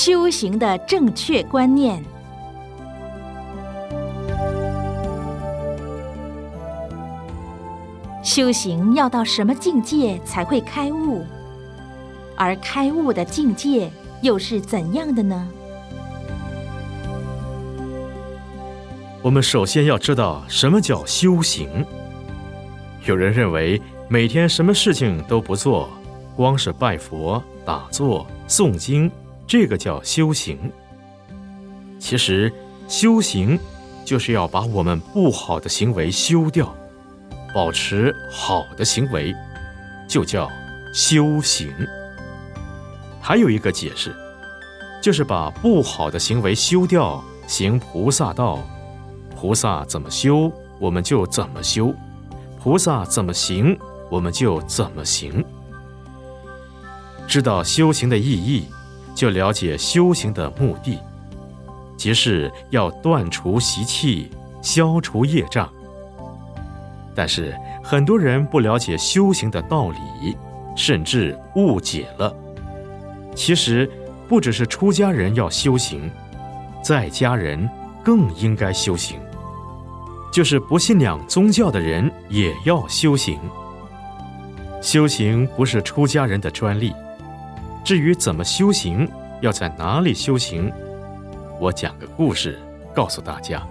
修行的正确观念。修行要到什么境界才会开悟？而开悟的境界又是怎样的呢？ 我们首先要知道什么叫修行。有人认为每天什么事情都不做，光是拜佛、打坐、诵经，这个叫修行。其实修行就是要把我们不好的行为修掉，保持好的行为，就叫修行。还有一个解释，就是把不好的行为修掉，行菩萨道。菩萨怎么修，我们就怎么修；菩萨怎么行，我们就怎么行。知道修行的意义，就了解修行的目的，即是要断除习气，消除业障。但是很多人不了解修行的道理，甚至误解了。其实不只是出家人要修行，在家人更应该修行，就是不信仰宗教的人也要修行。修行不是出家人的专利，至于怎么修行，要在哪里修行，我讲个故事告诉大家。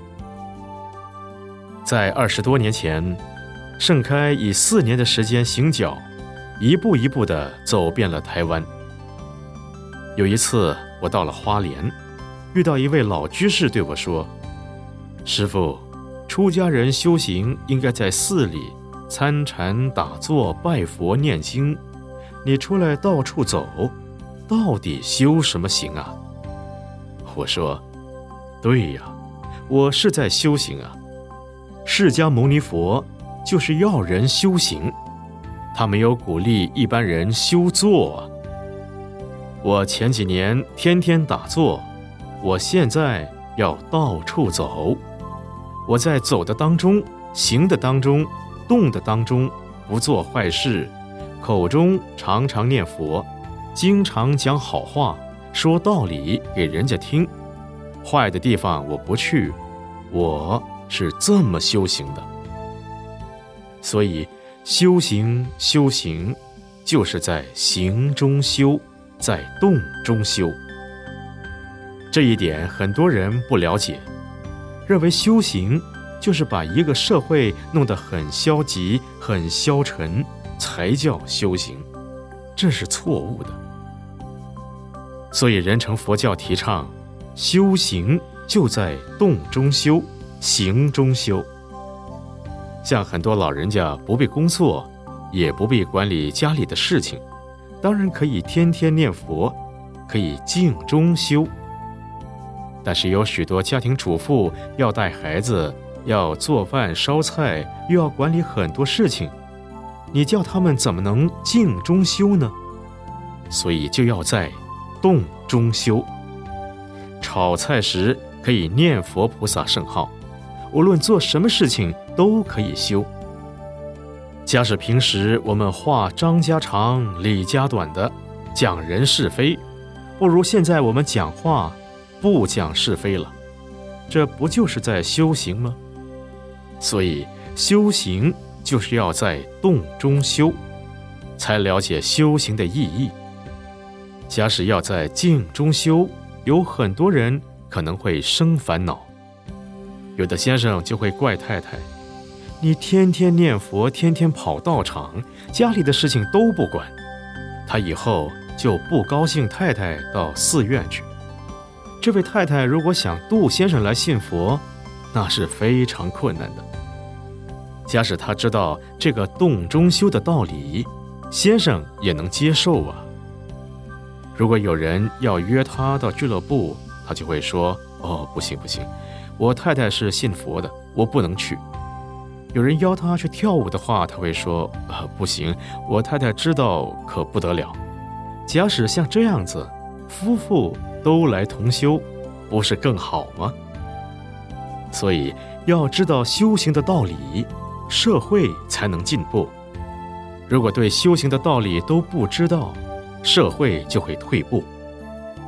在20多年前，盛开以4年的时间行脚，一步一步地走遍了台湾。有一次我到了花莲，遇到一位老居士对我说：师父，出家人修行应该在寺里参禅打坐拜佛念经，你出来到处走，到底修什么行啊？我说：对呀，我是在修行啊。释迦牟尼佛就是要人修行，他没有鼓励一般人修坐啊。我前几年天天打坐，我现在要到处走。我在走的当中，行的当中，动的当中，不做坏事，口中常常念佛，经常讲好话，说道理给人家听。坏的地方我不去，我是这么修行的。所以修行就是在行中修，在动中修。这一点很多人不了解，认为修行就是把一个社会弄得很消极、很消沉，才叫修行，这是错误的。所以人成佛教提倡，修行就在动中修，行中修。像很多老人家不必工作，也不必管理家里的事情，当然可以天天念佛，可以静中修。但是有许多家庭主妇要带孩子，要做饭烧菜，又要管理很多事情，你叫他们怎么能静中修呢？所以就要在动中修。炒菜时可以念佛菩萨圣号，无论做什么事情都可以修。假使平时我们话张家长李家短的讲人是非，不如现在我们讲话不讲是非了，这不就是在修行吗？所以修行就是要在动中修，才了解修行的意义。假使要在静中修，有很多人可能会生烦恼。有的先生就会怪太太，你天天念佛，天天跑道场，家里的事情都不管。他以后就不高兴太太到寺院去。这位太太如果想度先生来信佛，那是非常困难的。假使他知道这个动中修的道理，先生也能接受啊。如果有人要约他到俱乐部，他就会说：哦，不行，我太太是信佛的，我不能去。有人邀他去跳舞的话，他会说：不行，我太太知道可不得了。假使像这样子，夫妇都来同修，不是更好吗？所以要知道修行的道理，社会才能进步。如果对修行的道理都不知道，社会就会退步。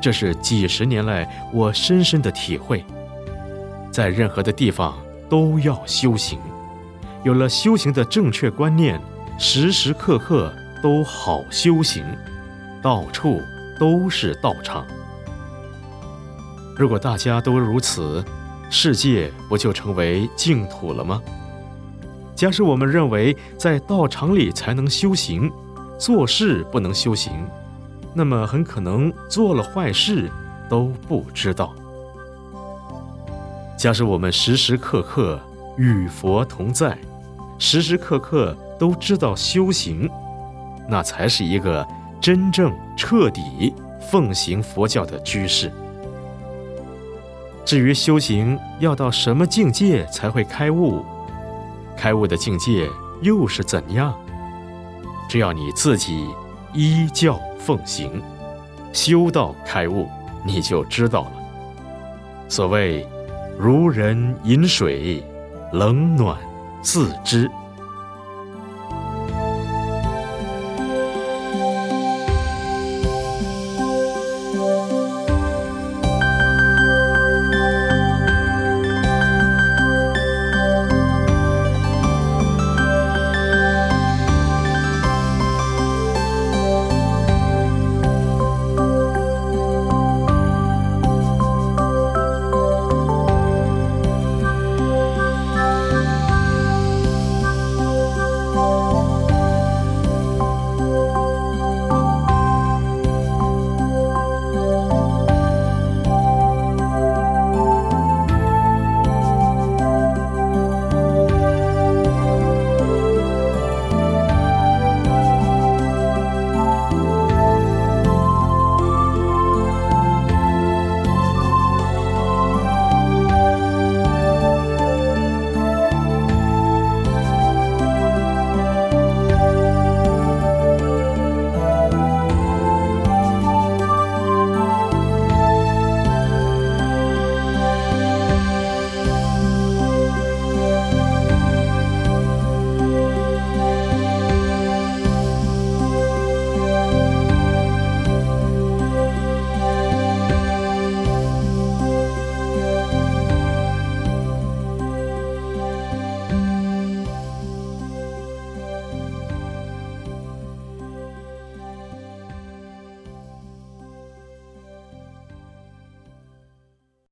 这是几十年来我深深的体会。在任何的地方都要修行，有了修行的正确观念，时时刻刻都好修行，到处都是道场。如果大家都如此，世界不就成为净土了吗？假使我们认为在道场里才能修行，做事不能修行，那么很可能做了坏事都不知道。假使我们时时刻刻与佛同在，时时刻刻都知道修行，那才是一个真正彻底奉行佛教的居士。至于修行要到什么境界才会开悟，开悟的境界又是怎样？只要你自己依教奉行，修道开悟，你就知道了。所谓如人饮水，冷暖自知。